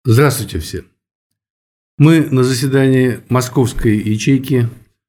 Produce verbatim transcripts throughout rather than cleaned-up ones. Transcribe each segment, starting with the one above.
Здравствуйте все. Мы на заседании Московской ячейки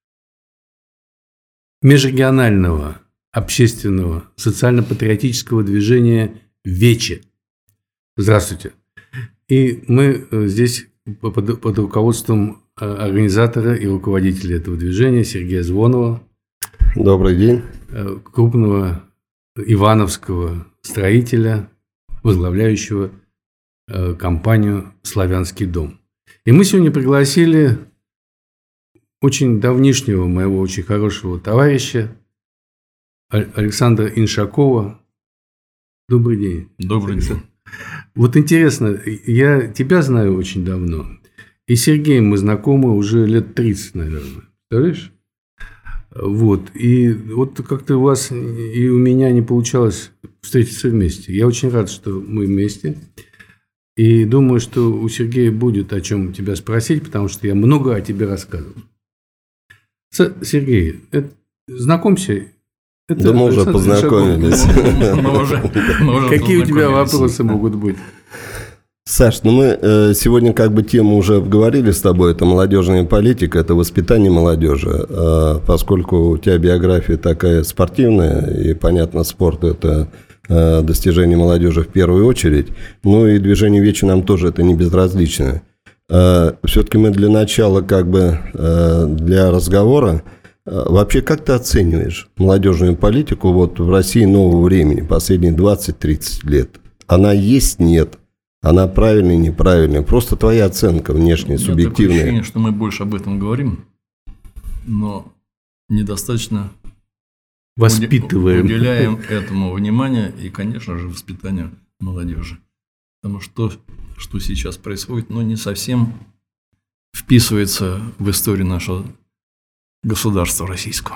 межрегионального общественного социально-патриотического движения ВЕЧЕ. Здравствуйте. И мы здесь под, под руководством организатора и руководителя этого движения Сергея Звонова. Добрый день. Крупного ивановского строителя, возглавляющего компанию «Славянский дом». И мы сегодня пригласили очень давнишнего моего очень хорошего товарища Александра Иншакова. Добрый день. Добрый день. Вот интересно, я тебя знаю очень давно, и с Сергеем мы знакомы уже лет тридцать, наверное. Представляешь? Вот. И вот как-то у вас и у меня не получалось встретиться вместе. Я очень рад, что мы вместе. И думаю, что у Сергея будет о чем тебя спросить, потому что я много о тебе рассказывал. Сергей, это, знакомься. Это да мы уже познакомились. Какие у тебя вопросы могут быть? Саш, ну мы э, сегодня как бы тему уже обговорили с тобой. Это молодежная политика, это воспитание молодежи. Э, поскольку у тебя биография такая спортивная, и, понятно, спорт – это э, достижение молодежи в первую очередь. Ну и движение ВЕЧЕ нам тоже это не безразлично. Э, все-таки мы для начала, как бы э, для разговора, э, вообще как ты оцениваешь молодежную политику вот в России нового времени, последние двадцать-тридцать лет? Она есть, нет? Она правильная, неправильная? Просто твоя оценка внешняя, субъективная. Такое ощущение, что мы больше об этом говорим, но недостаточно воспитываем. Уделяем этому внимание и, конечно же, воспитанию молодежи. Потому что что сейчас происходит, ну, не совсем вписывается в историю нашего государства российского.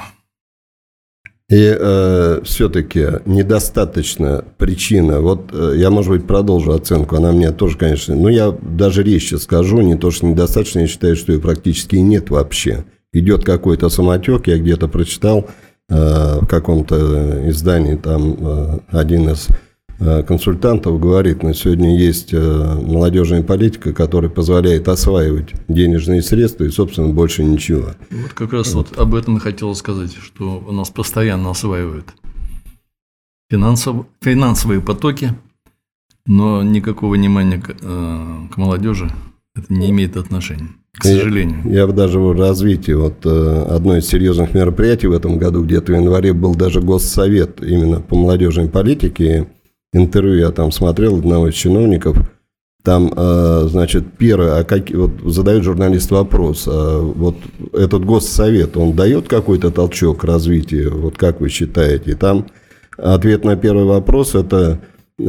И э, все-таки недостаточно причина. Вот э, я, может быть, продолжу оценку. Она мне тоже, конечно... Ну, я даже резче скажу. Не то, что недостаточно, я считаю, что ее практически нет вообще. Идет какой-то самотек. Я где-то прочитал э, в каком-то издании, там э, один из э, консультантов говорит, на сегодня есть э, молодежная политика, которая позволяет осваивать денежные средства и, собственно, больше ничего. Вот как раз вот, вот об этом и хотел сказать, что у нас постоянно осваивают финансов, финансовые потоки, но никакого внимания к, э, к молодежи это не имеет отношения, к сожалению. Я, я даже в развитии вот э, одно из серьезных мероприятий в этом году, где-то в январе, был даже госсовет именно по молодежной политике. Интервью я там смотрел одного из чиновников. Там, значит, первое, а как, вот задают журналист вопрос, а вот этот госсовет, он дает какой-то толчок к развитию, вот как вы считаете? И там ответ на первый вопрос – это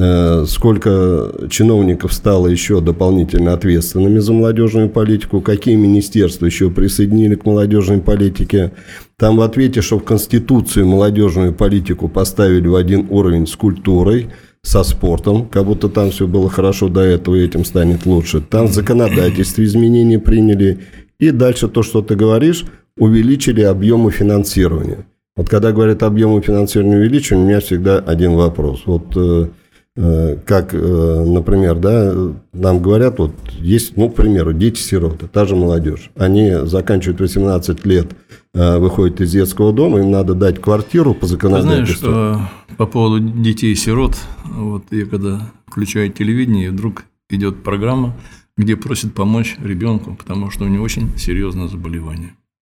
сколько чиновников стало еще дополнительно ответственными за молодежную политику, какие министерства еще присоединили к молодежной политике. Там в ответе, что в Конституцию молодежную политику поставили в один уровень с культурой, со спортом, как будто там все было хорошо до этого, и этим станет лучше. Там в законодательстве изменения приняли. И дальше то, что ты говоришь, увеличили объемы финансирования. Вот когда говорят объемы финансирования увеличили, у меня всегда один вопрос. Вот э, э, как, э, например, да, нам говорят, вот есть, ну, к примеру, дети-сироты, та же молодежь. Они заканчивают восемнадцать лет, э, выходят из детского дома, им надо дать квартиру по законодательству. Ты знаешь, по поводу детей-сирот, вот я когда включаю телевидение, и вдруг идет программа, где просят помочь ребенку, потому что у него очень серьезное заболевание.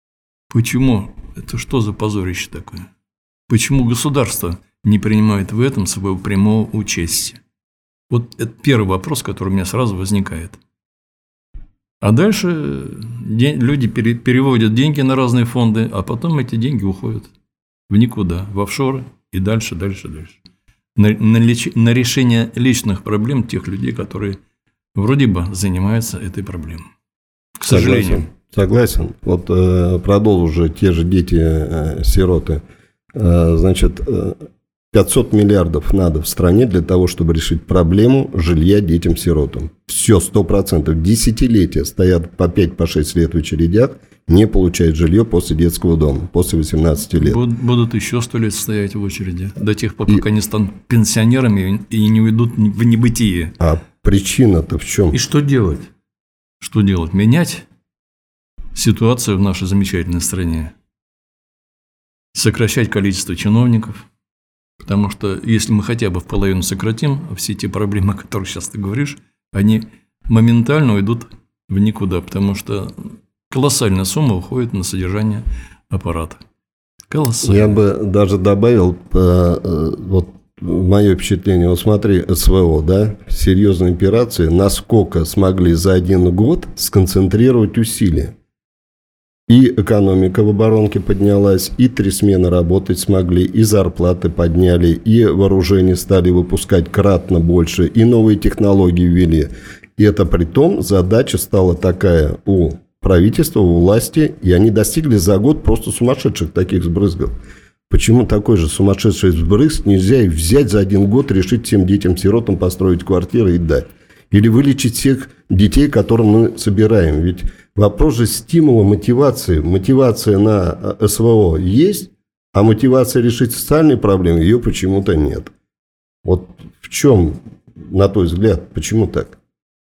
Почему? Это что за позорище такое? Почему государство не принимает в этом своего прямого участия? Вот это первый вопрос, который у меня сразу возникает. А дальше люди переводят деньги на разные фонды, а потом эти деньги уходят в никуда, в офшоры. И дальше, дальше, дальше. На, на, леч, на решение личных проблем тех людей, которые вроде бы занимаются этой проблемой. К сожалению. Согласен. Согласен. Вот э, продолжу уже те же дети-сироты. Э, значит, э, пятьсот миллиардов надо в стране для того, чтобы решить проблему жилья детям-сиротам. Все, сто процентов. Десятилетия стоят по пять-шесть лет в очередях, не получают жилье после детского дома, после восемнадцати лет. Будут еще сто лет стоять в очереди, до тех пор, пока и... они станут пенсионерами и не уйдут в небытие. А Причина-то в чем? И что делать? Что делать? Менять ситуацию в нашей замечательной стране. Сокращать количество чиновников. Потому что если мы хотя бы в половину сократим, все те проблемы, о которых сейчас ты говоришь, они моментально уйдут в никуда. Потому что колоссальная сумма уходит на содержание аппарата. Колоссальная. Я бы даже добавил, вот мое впечатление, вот смотри, СВО, да, серьезные операции, насколько смогли за один год сконцентрировать усилия. И экономика в оборонке поднялась, и три смены работать смогли, и зарплаты подняли, и вооружение стали выпускать кратно больше, и новые технологии ввели. И это при том задача стала такая у правительства, у власти, и они достигли за год просто сумасшедших таких сбрызгов. Почему такой же сумасшедший взбрызг нельзя и взять за один год, решить всем детям-сиротам построить квартиры и дать? Или вылечить всех детей, которых мы собираем? Ведь вопрос же стимула, мотивации. Мотивация на СВО есть, а мотивация решить социальные проблемы, ее почему-то нет. Вот в чем, на твой взгляд, почему так?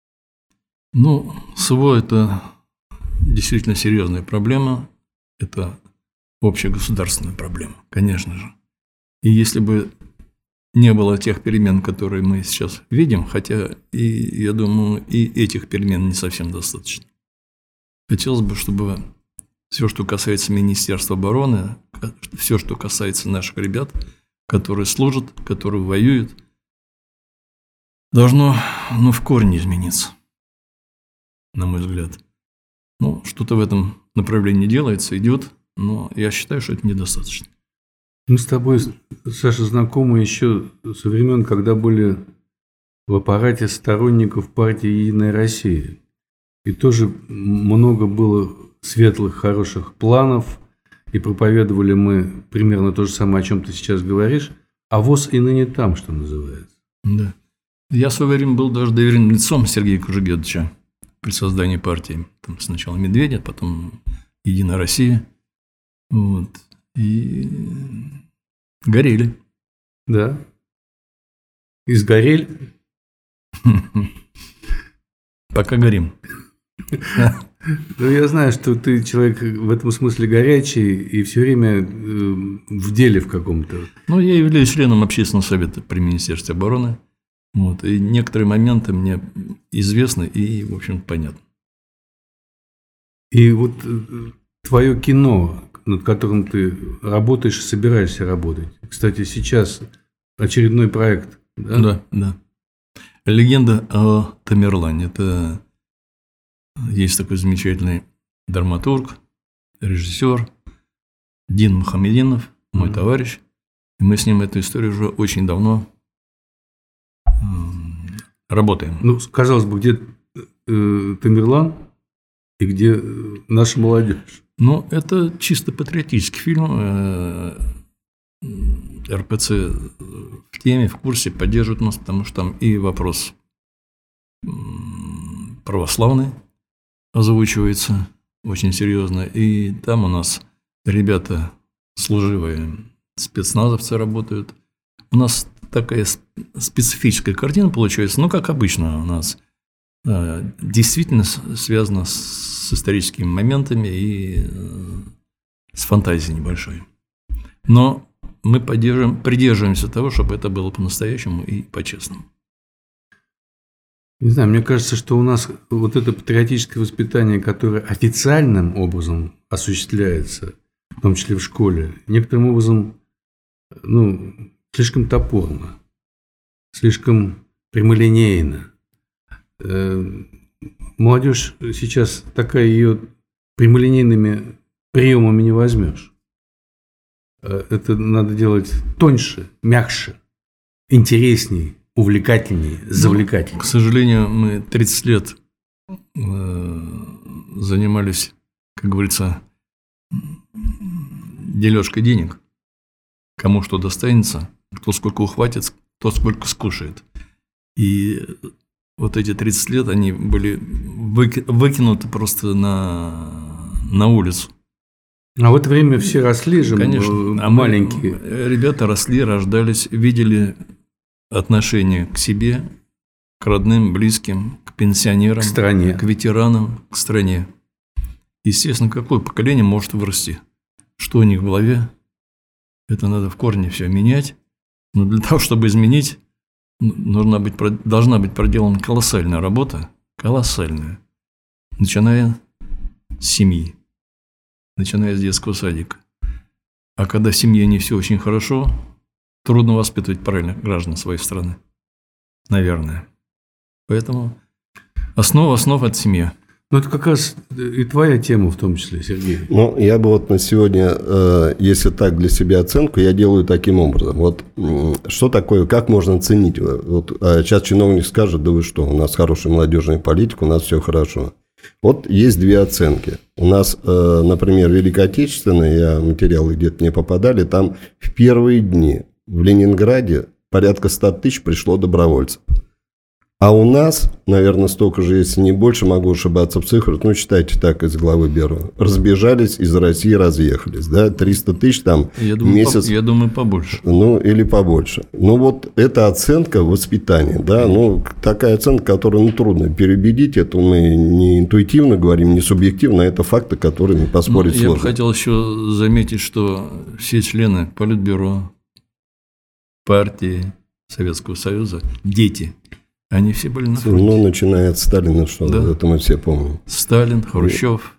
Ну, СВО – это действительно серьезная проблема. Это общегосударственная проблема, конечно же. И если бы не было тех перемен, которые мы сейчас видим, хотя, и, я думаю, и этих перемен не совсем достаточно. Хотелось бы, чтобы все, что касается Министерства обороны, все, что касается наших ребят, которые служат, которые воюют, должно, ну, в корне измениться, на мой взгляд. Ну, что-то в этом направлении делается, идет, но я считаю, что это недостаточно. Мы с тобой, Саша, знакомы еще со времен, когда были в аппарате сторонников партии «Единая Россия». И тоже много было светлых, хороших планов, и проповедовали мы примерно то же самое, о чем ты сейчас говоришь, а ВОС и ныне там, что называется. Да. Я в свое время был даже доверенным лицом Сергея Кужегедовича при создании партии. Там сначала Медведев, потом «Единая Россия». Вот. И горели. Да. И сгорели. Пока горим. Ну, я знаю, что ты человек в этом смысле горячий и все время в деле в каком-то. Ну, я являюсь членом общественного совета при Министерстве обороны. Вот, и некоторые моменты мне известны и, в общем, понятны. И вот твое кино, над которым ты работаешь и собираешься работать. Кстати, сейчас очередной проект. Да, да. да. «Легенда о Тамерлане». Это есть такой замечательный драматург, режиссер Дин Мухамединов, мой mm-hmm. товарищ. И мы с ним эту историю уже очень давно работаем. Ну, казалось бы, где э, Тамерлан и где э, наша молодежь? Ну, это чисто патриотический фильм. эр пэ цэ в теме, в курсе, поддерживает нас, потому что там и вопрос православный озвучивается очень серьезно. И там у нас ребята служивые, спецназовцы работают. У нас такая специфическая картина получается, ну, как обычно у нас, действительно связана с историческими моментами и с фантазией небольшой. Но мы поддерживаем, придерживаемся того, чтобы это было по-настоящему и по-честному. Не знаю, мне кажется, что у нас вот это патриотическое воспитание, которое официальным образом осуществляется, в том числе в школе, некоторым образом, ну, слишком топорно, слишком прямолинейно. Молодежь сейчас такая, ее прямолинейными приемами не возьмешь. Это надо делать тоньше, мягче, интересней, увлекательней, завлекательней. Ну, к сожалению, мы тридцать лет занимались, как говорится, дележкой денег. Кому что достанется, кто сколько ухватит, кто сколько скушает. И вот эти тридцать лет, они были выкинуты просто на, на улицу. А в это время все росли же, конечно, а маленькие. Ребята росли, рождались, видели отношение к себе, к родным, близким, к пенсионерам, к стране, к ветеранам, к стране. Естественно, какое поколение может вырасти? Что у них в голове? Это надо в корне все менять. Но для того, чтобы изменить, нужна быть, должна быть проделана колоссальная работа, колоссальная, начиная с семьи, начиная с детского садика. А когда в семье не все очень хорошо, трудно воспитывать правильных граждан своей страны. Наверное. Поэтому основа основ – это семья. Ну, это как раз и твоя тема в том числе, Сергей. Ну, я бы вот на сегодня, если так для себя оценку, я делаю таким образом. Вот что такое, как можно оценить? Вот сейчас чиновник скажет, да вы что, у нас хорошая молодежная политика, у нас все хорошо. Вот есть две оценки. У нас, например, Великой Отечественной, я материалы где-то не попадали, там в первые дни в Ленинграде порядка ста тысяч пришло добровольцев. А у нас, наверное, столько же, если не больше, могу ошибаться в цифрах, ну, считайте так, из главы беру. Разбежались из России, разъехались, да, триста тысяч там я думаю, месяц. По, я думаю, побольше. Ну, или побольше. Ну, вот это оценка воспитания, да, ну, такая оценка, которую, ну, трудно переубедить, это мы не интуитивно говорим, не субъективно, а это факты, которыми поспорить ну, сложно. Я бы хотел еще заметить, что все члены Политбюро, партии Советского Союза, дети, они все были на фронте. Ну, начиная от Сталина, что да. это мы все помним. Сталин, Хрущев,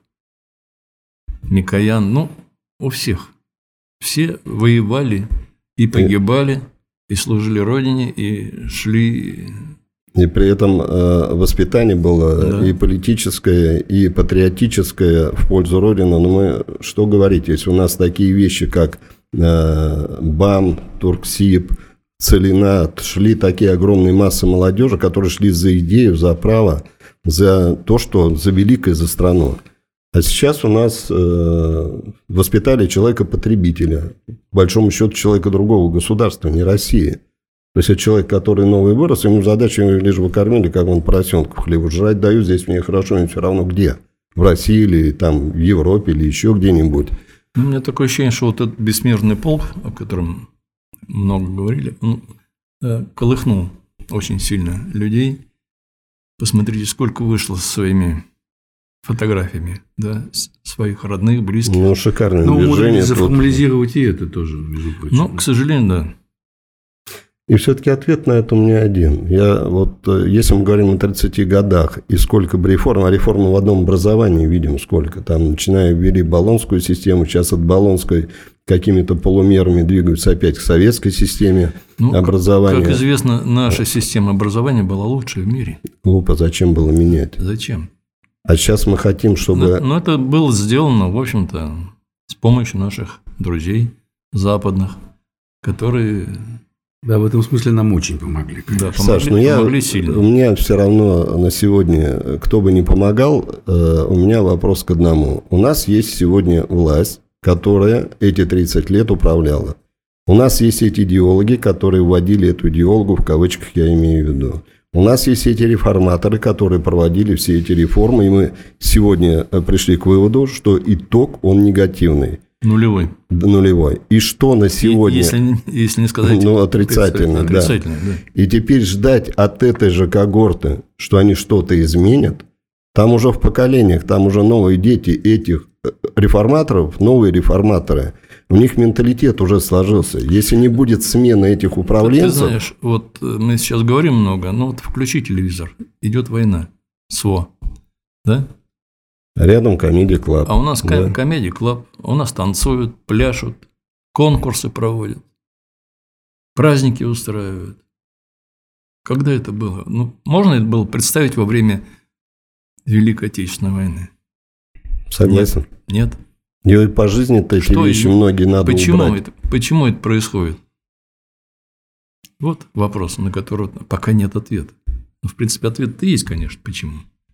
Микоян, ну, у всех. Все воевали и погибали, и служили Родине, и шли... И при этом э, воспитание было да. и политическое, и патриотическое в пользу Родины. Но мы, что говорить, если у нас такие вещи, как э, БАМ, Турксиб, Целина, шли такие огромные массы молодежи, которые шли за идею, за право, за то, что за великое, за страну. А сейчас у нас э, воспитали человека-потребителя, по большому счету человека другого государства, не России. То есть это человек, который новый вырос, ему задача лишь бы кормили, как он поросенку хлебу. Жрать даю, здесь мне хорошо, мне все равно где. В России или там в Европе или еще где-нибудь. У меня такое ощущение, что вот этот бессмертный полк, о котором много говорили, он колыхнул очень сильно людей. Посмотрите, сколько вышло со своими фотографиями, да, своих родных, близких. Ну, шикарное ну, движение. Ну, заформализировать и это тоже, между прочим. Ну, к сожалению, да. И все-таки ответ на это у меня один. Я вот, если мы говорим о тридцати годах, и сколько бы реформ, а реформы в одном образовании видим сколько. Там, начиная ввели Болонскую систему, сейчас от Болонской какими-то полумерами двигаются опять к советской системе ну, образования. Как известно, наша система образования была лучшей в мире. Глупо, зачем было менять? Зачем? А сейчас мы хотим, чтобы... Но, но это было сделано, в общем-то, с помощью наших друзей западных, которые... Да, в этом смысле нам очень помогли. Да, помогли, Саш, ну я, помогли сильно. У меня все равно на сегодня, кто бы ни помогал, у меня вопрос к одному. У нас есть сегодня власть, которая эти тридцать лет управляла. У нас есть эти идеологи, которые вводили эту идеологу, в кавычках я имею в виду. У нас есть эти реформаторы, которые проводили все эти реформы, и мы сегодня пришли к выводу, что итог, он негативный. Нулевой. Нулевой. И что на сегодня... Если, если не сказать... Ну, отрицательно, да. отрицательно, да. И теперь ждать от этой же когорты, что они что-то изменят, там уже в поколениях, там уже новые дети этих реформаторов, новые реформаторы, у них менталитет уже сложился. Если не будет смены этих управленцев... Ты знаешь, вот мы сейчас говорим много, но вот включи телевизор, идет война, СВО, да? Рядом Comedy Club. А у нас да. Comedy Club, у нас танцуют, пляшут, конкурсы проводят, праздники устраивают. Когда это было? Ну, можно это было представить во время Великой Отечественной войны? Согласен. Нет. Нет. И по жизни-то эти вещи многие надо почему убрать. Это, почему это происходит? Вот вопрос, на который пока нет ответа. Ну, в принципе, ответ-то есть, конечно, почему.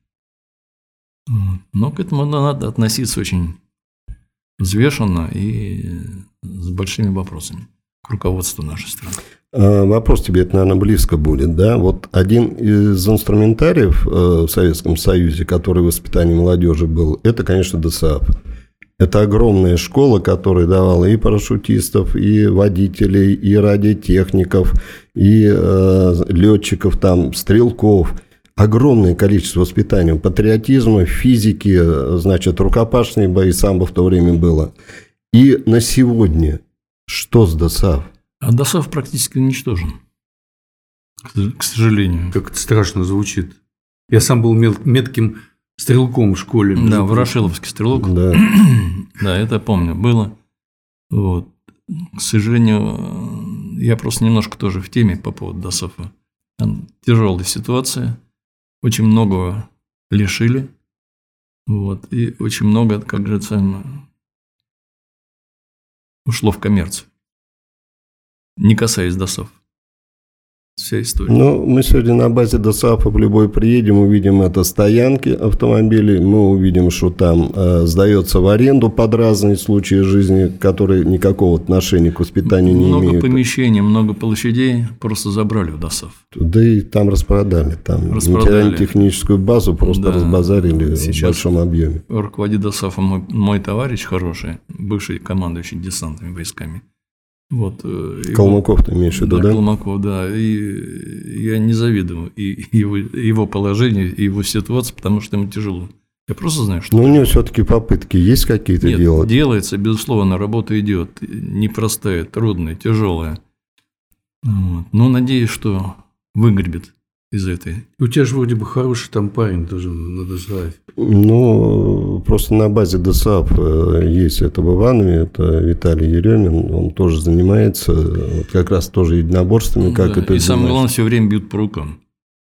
Но к этому надо относиться очень взвешенно и с большими вопросами к руководству нашей страны. А, вопрос тебе, это, наверное, близко будет, да? Вот один из инструментариев в Советском Союзе, который в воспитании молодежи был, это, конечно, ДОСААФ. Это огромная школа, которая давала и парашютистов, и водителей, и радиотехников, и э, летчиков, там, стрелков. Огромное количество воспитания, патриотизма, физики, значит, рукопашные бои, самбо в то время было. И на сегодня что с ДОСААФ? А ДОСААФ практически уничтожен, к сожалению. Как это страшно звучит. Я сам был метким стрелком в школе. Да, ворошиловский стрелок. Да. Да, это помню, было. Вот. К сожалению, я просто немножко тоже в теме по поводу ДОСААФа. Там тяжелая ситуация. Очень многого лишили. Вот. И очень много, как говорится, ушло в коммерцию. Не касаясь ДОСААФ. Вся история. Ну, мы сегодня на базе ДОСААФа в любой приедем, увидим это стоянки автомобилей, мы увидим, что там э, сдается в аренду под разные случаи жизни, которые никакого отношения к воспитанию не много имеют. Много помещений, много площадей просто забрали в ДОСААФ. Да и там распродали. Там материально-техническую базу просто да. разбазарили Сейчас в большом объеме. Руководит ДОСААФом мой, мой товарищ хороший, бывший командующий десантными войсками. Вот, Калмыков его, ты имеешь в виду, да? Да, Калмыков, да. И я не завидую и его, его положению, и его ситуации, потому что ему тяжело. Я просто знаю, что... Но у него все-таки попытки есть какие-то Нет, делать? делается, безусловно, работа идет. Непростая, трудная, тяжелая. Вот. Но надеюсь, что выгребет из этой. У тебя же вроде бы хороший там парень тоже на ДОСААФе. Ну, просто на базе ДОСААФ есть это в Иванове, это Виталий Еремин, он тоже занимается вот как раз тоже единоборствами, как да, это. И самое главное, все время бьют по рукам.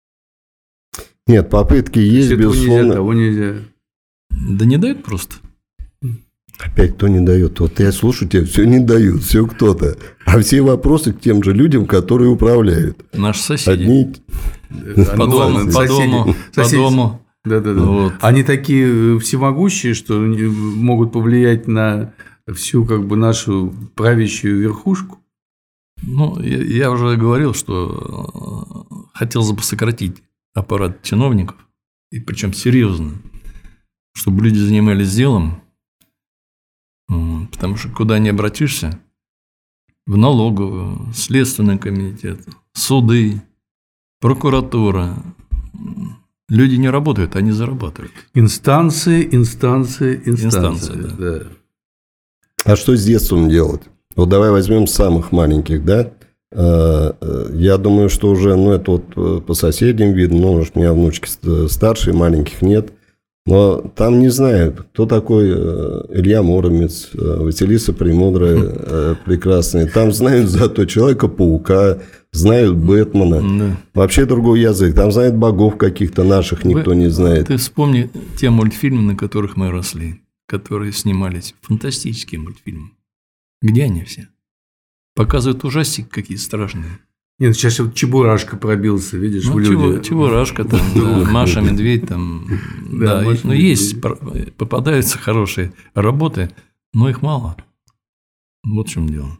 Нет, попытки есть, безусловно. Нельзя, того нельзя. Да не дают просто. Опять кто не дает? Вот я слушаю тебя, все не дают, все кто-то. А все вопросы к тем же людям, которые управляют. Наши соседи. Одни... По дому, по дому, по дому. Да-да-да. Вот. Они такие всемогущие, что могут повлиять на всю как бы нашу правящую верхушку. Ну, я, я уже говорил, что хотелось бы сократить аппарат чиновников, и причем серьезно, чтобы люди занимались делом. Потому что куда ни обратишься, в налоговую, следственный комитет, суды, прокуратура, люди не работают, они зарабатывают. Инстанции, инстанции, инстанции. Инстанции, да. Да. А что с детством делать? Вот давай возьмем самых маленьких, да? Я думаю, что уже, ну, это вот по соседям видно, ну, уж у меня внучки старшие, маленьких нет. Но там не знают, кто такой Илья Муромец, Василиса Премудрая прекрасная. Там знают зато Человека-паука, знают Бэтмена. Да. Вообще другой язык. Там знают богов каких-то наших, никто Вы, не знает. Ты вспомни те мультфильмы, на которых мы росли, которые снимались. Фантастические мультфильмы. Где они все? Показывают ужастики какие-то страшные. Нет, сейчас вот Чебурашка пробился, видишь, ну, в люди. Чебурашка, там, да, Маша Медведь, там, да, да ну, есть, попадаются хорошие работы, но их мало. Вот в чем дело.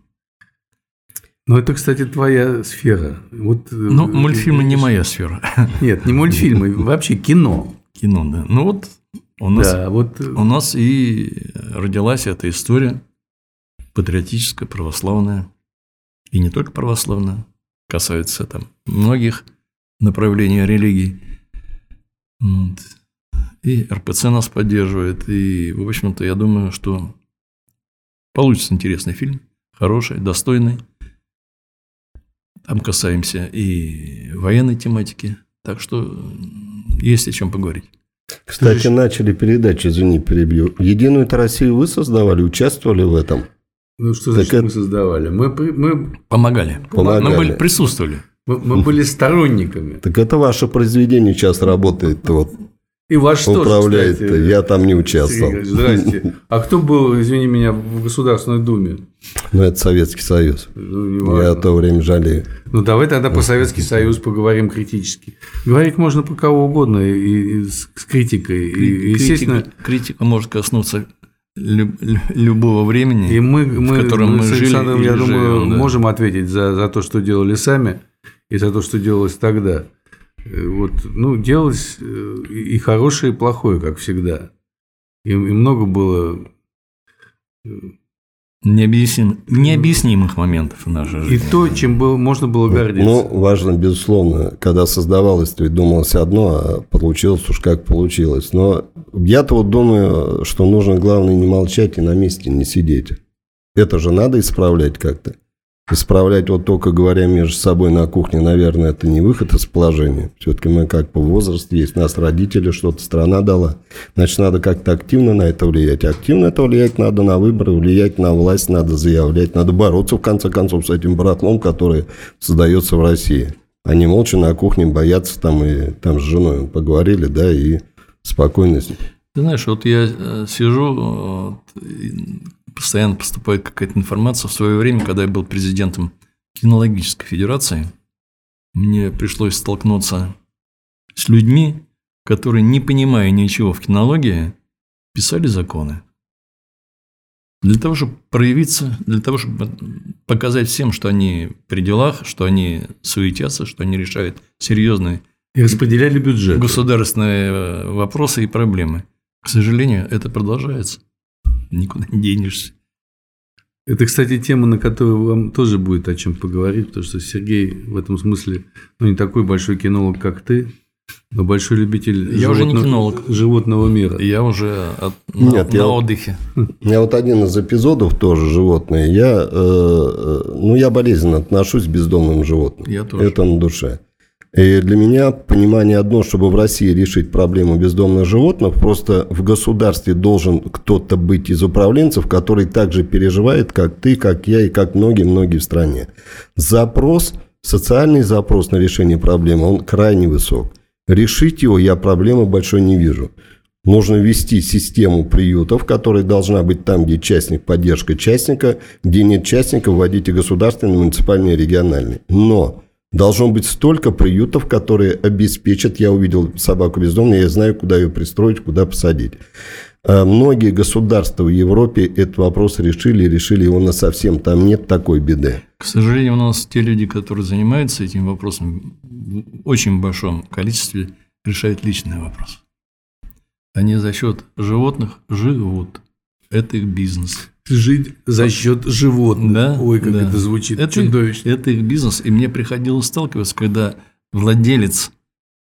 Ну, это, кстати, твоя сфера. Вот, ну, мультфильмы не моя сфера. Нет, не мультфильмы, вообще кино. Кино, да. Ну, вот у нас, да, вот... у нас и родилась эта история патриотическая, православная, и не только православная. Касается там многих направлений религий. Вот. И эр пэ цэ нас поддерживает. И, в общем-то, я думаю, что получится интересный фильм. Хороший, достойный. Там касаемся и военной тематики. Так что есть о чем поговорить. Кстати, Скажи... начали передачу, извини, перебью. «Единую-то Россию» вы создавали, участвовали в этом? Ну, что значит это... мы создавали? Мы, мы... Помогали. Помогали. Мы были, присутствовали. Мы, мы были сторонниками. Так это ваше произведение сейчас работает. Вот. И ваш управляет. тоже, кстати. Я там не участвовал. Здрасте. А кто был, извини меня, в Государственной Думе? Ну, это Советский Союз. Ну, я в то время жалею. Ну, давай тогда про Советский Союз поговорим критически. Говорить можно про кого угодно, и, и с, с критикой. И, естественно... Критика, критика может коснуться любого времени, и мы, мы, в котором мы, мы с жили. Я думаю, живем, да. можем ответить за, за то, что делали сами, и за то, что делалось тогда. Вот, ну, делалось и хорошее, и плохое, как всегда. И, и много было Необъясним, необъяснимых моментов в нашей жизни. И то, чем было, можно было гордиться. Ну, важно, безусловно, когда создавалось, то и думалось одно, а получилось уж как получилось. Но я-то вот думаю, что нужно, главное, не молчать и на месте не сидеть. Это же надо исправлять как-то. Исправлять вот только говоря между собой на кухне, наверное, это не выход из положения. Все-таки мы как по возрасту есть, нас родители, что-то страна дала. Значит, надо как-то активно на это влиять. Активно это влиять надо на выборы, влиять на власть, надо заявлять. Надо бороться, в конце концов, с этим барахлом, который создается в России. Они молча на кухне боятся, там, и там с женой поговорили, да, и спокойно. Ты знаешь, вот я сижу, вот, постоянно поступает какая-то информация. В свое время, когда я был президентом кинологической федерации, мне пришлось столкнуться с людьми, которые, не понимая ничего в кинологии, писали законы. Для того, чтобы проявиться, для того, чтобы показать всем, что они при делах, что они суетятся, что они решают серьезные и распределяли бюджет, государственные вопросы и проблемы. К сожалению, это продолжается. Никуда не денешься. Это, кстати, тема, на которую вам тоже будет о чем поговорить, потому что Сергей в этом смысле, ну, не такой большой кинолог, как ты, но большой любитель я животного, уже не кинолог. животного мира. Я уже от, Нет, на, я на вот, отдыхе. У меня вот один из эпизодов тоже животные. Я, э, ну, я болезненно отношусь к бездомным животным. Я тоже. Это на душе. И для меня понимание одно, чтобы в России решить проблему бездомных животных, просто в государстве должен кто-то быть из управленцев, который также переживает, как ты, как я и как многие-многие в стране. Запрос, социальный запрос на решение проблемы, он крайне высок. Решить его я проблемы большой не вижу. Нужно ввести систему приютов, которая должна быть там, где частник, поддержка частника, где нет частника, вводите государственные, муниципальные, региональные. Но должно быть столько приютов, которые обеспечат. Я увидел собаку бездомную, я знаю, куда ее пристроить, куда посадить. А многие государства в Европе этот вопрос решили, решили его насовсем. Там нет такой беды. К сожалению, у нас те люди, которые занимаются этим вопросом, в очень большом количестве решают личный вопрос. Они за счет животных живут. Это их бизнес. Жить за счет животных. Да, Ой, как да. это звучит это, чудовищно. Это их бизнес. И мне приходилось сталкиваться, когда владелец,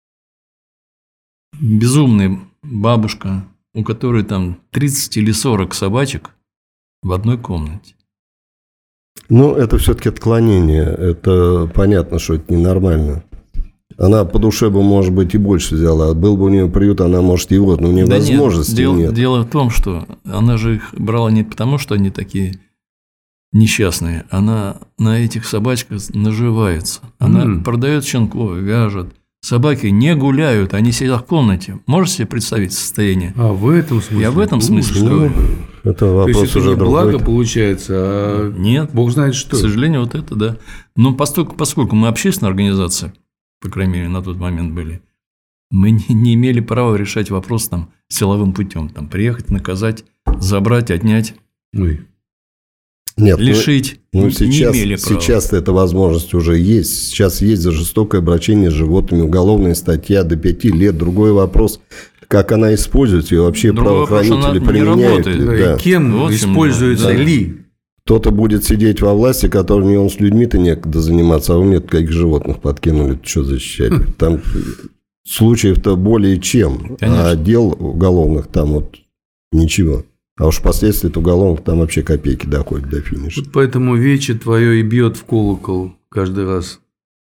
безумный бабушка, у которой там тридцать или сорок собачек в одной комнате. Ну, это все-таки отклонение. Это понятно, что это ненормально. Она по душе бы, может быть, и больше взяла. Был бы у нее приют, она, может, и вот, но у нее да возможности нет. Дело, нет. Дело в том, что она же их брала не потому, что они такие несчастные. Она на этих собачках наживается. Она mm. продает щенков, вяжет. Собаки не гуляют, они сидят в комнате. Можете себе представить состояние? А в этом смысле? Я в этом смысле ну, говорю. Это вопрос то есть это уже не другой. благо получается, а нет. Бог знает что. К сожалению, вот это да. Но поскольку, поскольку мы общественная организация, по крайней мере, на тот момент были, мы не, не имели права решать вопрос там силовым путем. Там, приехать, наказать, забрать, отнять, Ой. Нет, лишить. Ну, ну, сейчас, не имели права. Сейчас эта возможность уже есть. Сейчас есть за жестокое обращение с животными, уголовная статья до пяти лет. Другой вопрос, как она используется, и вообще Другой правоохранители вопрос, применяют не ли. Да. Да. Кем Вот используется да. ли? Кто-то будет сидеть во власти, который не он с людьми-то некогда заниматься, а вы мне каких животных подкинули, что защищать? Там случаев-то более чем, Конечно. А дел уголовных там вот ничего. А уж впоследствии уголовных там вообще копейки доходят до финиша. Вот поэтому вече твое и бьет в колокол каждый раз.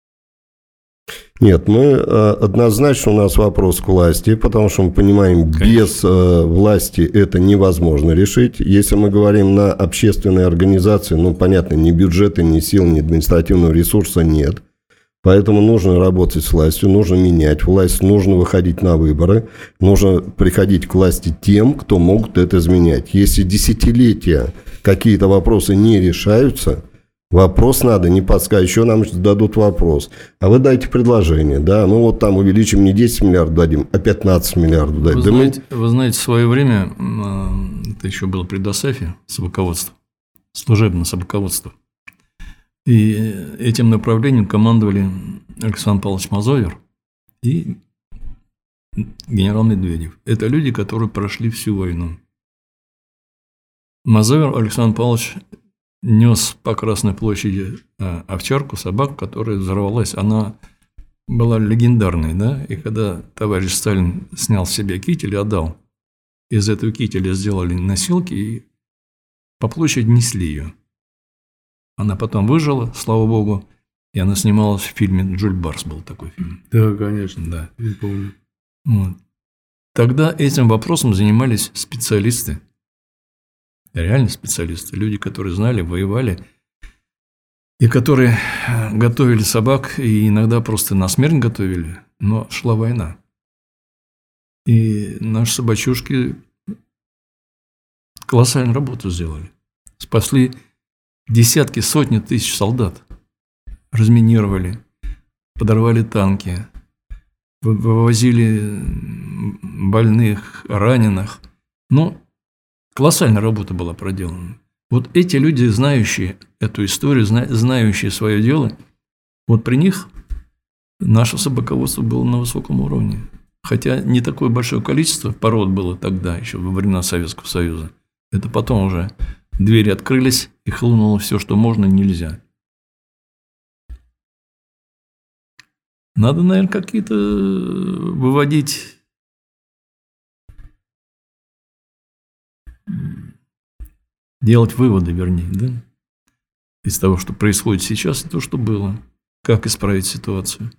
Нет, мы однозначно у нас вопрос к власти, потому что мы понимаем, Конечно. без власти это невозможно решить. Если мы говорим на общественные организации, ну, понятно, ни бюджета, ни сил, ни административного ресурса нет. Поэтому нужно работать с властью, нужно менять власть, нужно выходить на выборы, нужно приходить к власти тем, кто могут это изменять. Если десятилетия какие-то вопросы не решаются, вопрос надо не подсказать, еще нам дадут вопрос. А вы дайте предложение, да, ну вот там увеличим не десять миллиардов дадим, а пятнадцать миллиардов дадим. Вы, да знаете, мы... вы знаете, в свое время, это еще было при ДОСАФе, собаководство, служебное собаководство. И этим направлением командовали Александр Павлович Мазовер и генерал Медведев. Это люди, которые прошли всю войну. Мазовер Александр Павлович нес по Красной площади овчарку, собаку, которая взорвалась. Она была легендарной, да? И когда товарищ Сталин снял с себя китель и отдал, из этого кителя сделали носилки и по площади несли ее. Она потом выжила, слава богу, и она снималась в фильме «Джуль Барс», был такой фильм. Да, конечно, да. Не помню. Вот. Тогда этим вопросом занимались специалисты, реально специалисты, люди, которые знали, воевали, и которые готовили собак, и иногда просто на смерть готовили, но шла война. И наши собачушки колоссальную работу сделали. Спасли десятки, сотни тысяч солдат. Разминировали, подорвали танки, вывозили больных, раненых. Ну, колоссальная работа была проделана. Вот эти люди, знающие эту историю, знающие свое дело, вот при них наше собаководство было на высоком уровне. Хотя не такое большое количество пород было тогда, еще во времена Советского Союза. Это потом уже двери открылись, и хлынуло все, что можно, нельзя. Надо, наверное, какие-то выводить делать выводы, вернее, да, из того, что происходит сейчас, и то, что было. Как исправить ситуацию.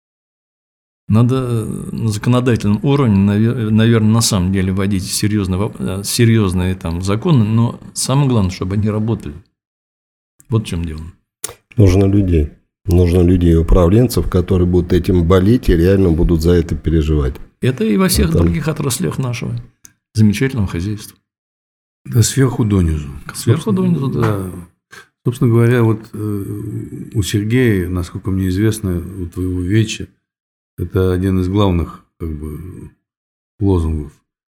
Надо на законодательном уровне, наверное, на самом деле вводить серьезные, серьезные там законы, но самое главное, чтобы они работали. Вот в чем дело. Нужно людей. Нужно людей, управленцев, которые будут этим болеть и реально будут за это переживать. Это и во всех это... других отраслях нашего замечательного хозяйства. Да сверху донизу. Сверху донизу, да. да. Собственно говоря, вот у Сергея, насколько мне известно, у твоего веча, это один из главных как бы лозунгов.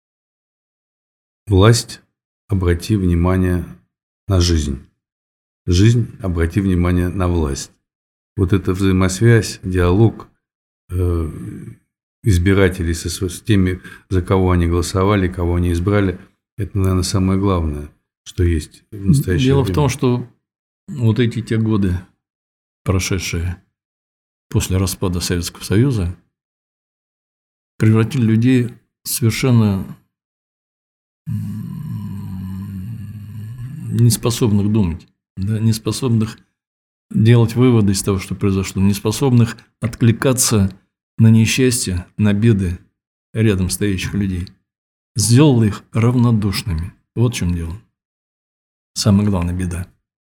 Власть, обрати внимание на жизнь. Жизнь, обрати внимание на власть. Вот эта взаимосвязь, диалог э, избирателей со, с теми, за кого они голосовали, кого они избрали, это, наверное, самое главное, что есть в настоящее Дело время. в том, что вот эти те годы, прошедшие после распада Советского Союза, превратили людей совершенно неспособных думать, да, неспособных делать выводы из того, что произошло, неспособных откликаться на несчастье, на беды рядом стоящих людей. Сделал их равнодушными. Вот в чем дело. Самая главная беда.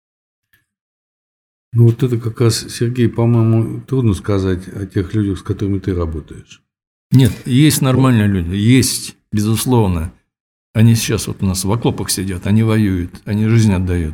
Ну вот это как раз, Сергей, по-моему, трудно сказать о тех людях, с которыми ты работаешь. Нет, есть нормальные люди, есть, безусловно. Они сейчас вот у нас в окопах сидят, они воюют, они жизнь отдают.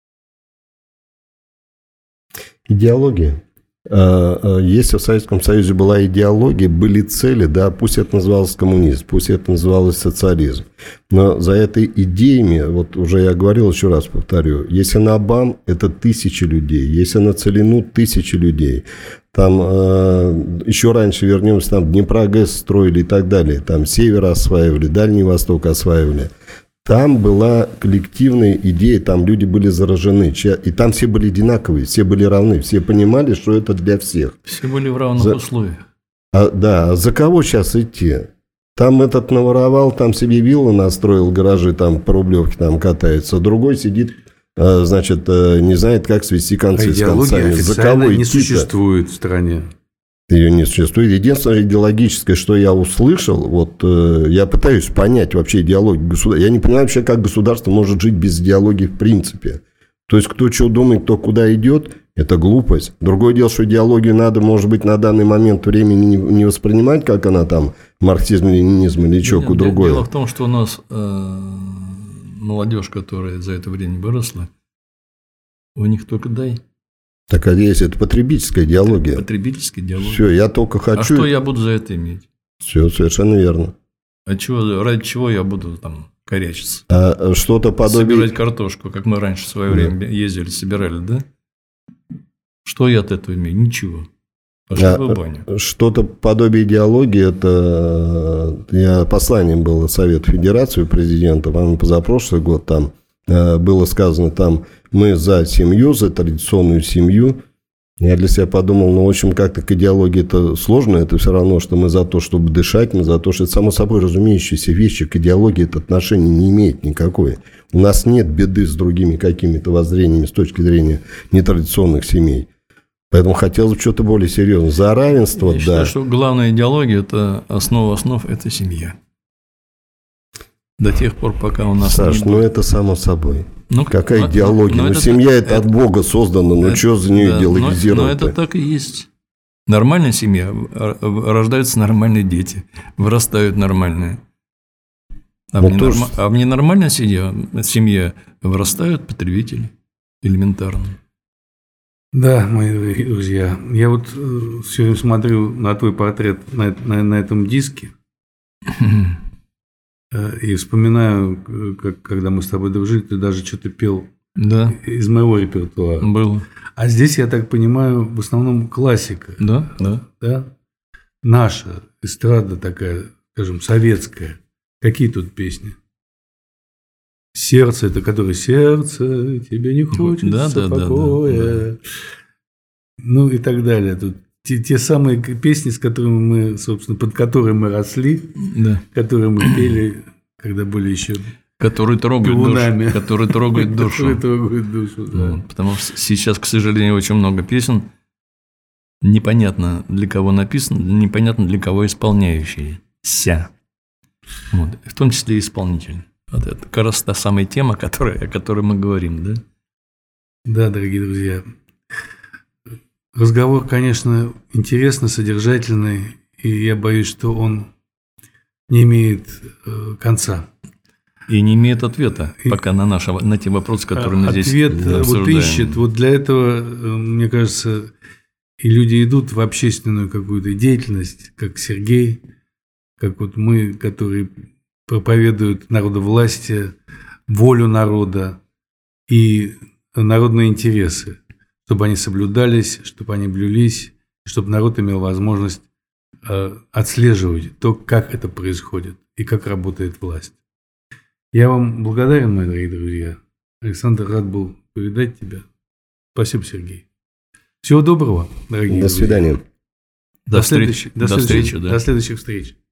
Идеология. Если в Советском Союзе была идеология, были цели, да, пусть это называлось коммунизм, пусть это называлось социализм. Но за этой идеями, вот уже я говорил, еще раз повторю, если на БАМ это тысячи людей, если на Целину тысячи людей, там э, еще раньше вернемся, там Днепрогэс строили и так далее, там Север осваивали, Дальний Восток осваивали. Там была коллективная идея, там люди были заражены, и там все были одинаковые, все были равны, все понимали, что это для всех. Все были в равных за... условиях. А, да, а за кого сейчас идти? Там этот наворовал, там себе виллы настроил, гаражи там по Рублевке там катается, другой сидит, значит, не знает, как свести концы а с концами. За кого не существует в стране. Ее не существует. Единственное идеологическое, что я услышал, вот э, я пытаюсь понять вообще идеологию государства. Я не понимаю вообще, как государство может жить без идеологии в принципе. То есть, кто что думает, кто куда идет, это глупость. Другое дело, что идеологию надо, может быть, на данный момент времени не, не воспринимать, как она там, марксизм, ленинизм или что, Нет, другое. Дело в том, что у нас э, молодежь, которая за это время выросла, у них только дай. Так а есть это потребительская идеология. Потребительская идеология. Все, я только хочу. А что я буду за это иметь? Все, совершенно верно. А чего, ради чего я буду там корячиться? А что-то подобие... Собирать картошку, как мы раньше в свое да. время ездили, собирали, да? Что я от этого имею? Ничего. Пошли а, в баню. Что-то подобие идеологии, это я посланием был от Совета Федерации президента, по-моему, позапрошлый год там. было сказано там, мы за семью, за традиционную семью. Я для себя подумал, ну, в общем, как-то к идеологии это сложно, это все равно, что мы за то, чтобы дышать, мы за то, что это само собой разумеющиеся вещи, к идеологии это отношение не имеет никакой. У нас нет беды с другими какими-то воззрениями с точки зрения нетрадиционных семей. Поэтому хотелось бы что-то более серьезное. За равенство, Я да. считаю, что главная идеология – это основа основ – это семья. До тех пор, пока у нас Саш, не ну будет... это само собой. Ну, Какая ну, идеология? ну, Ну, это семья так, это от это, Бога создана, ну это, что за нее да, идеологизировать? Но, но это так и есть. Нормальная семья, рождаются нормальные дети, вырастают нормальные. А, Ну, в, тоже... ненорм... а в ненормальной семье, семье вырастают потребители элементарно. Да, мои друзья, я вот все время смотрю на твой портрет на, на, на этом диске и вспоминаю, как, когда мы с тобой дружили, ты даже что-то пел да. из моего репертуара. Было. А здесь, я так понимаю, в основном классика. Да, да. Да? Наша эстрада такая, скажем, советская. Какие тут песни? Сердце, это которое сердце, тебе не хочется да, да, покоя. Да, да, да. Ну и так далее. Тут те, те самые песни, с которыми мы, собственно, под которые мы росли, да. которые мы пели, когда были еще которые трогают пивунами. душу. Которые трогают душу. Которые трогают душу, да. Вот, потому что сейчас, к сожалению, очень много песен непонятно для кого написано, непонятно для кого исполняющиеся. Вот, в том числе и исполнитель. Вот это как раз та самая тема, которая, о которой мы говорим, да? Да, дорогие друзья. Разговор, конечно, интересный, содержательный, и я боюсь, что он не имеет э, конца. И не имеет ответа и, пока на, наши, на те вопросы, которые мы здесь обсуждаем. Ответ вот ищет. Вот для этого, мне кажется, и люди идут в общественную какую-то деятельность, как Сергей, как вот мы, которые проповедуют народовластие, волю народа и народные интересы, чтобы они соблюдались, чтобы они блюлись, чтобы народ имел возможность э, отслеживать то, как это происходит и как работает власть. Я вам благодарен, мои дорогие друзья. Александр, рад был повидать тебя. Спасибо, Сергей. Всего доброго, дорогие До друзья. свидания. До, до, следующих, до, до, следующих, до, да. до следующих встреч.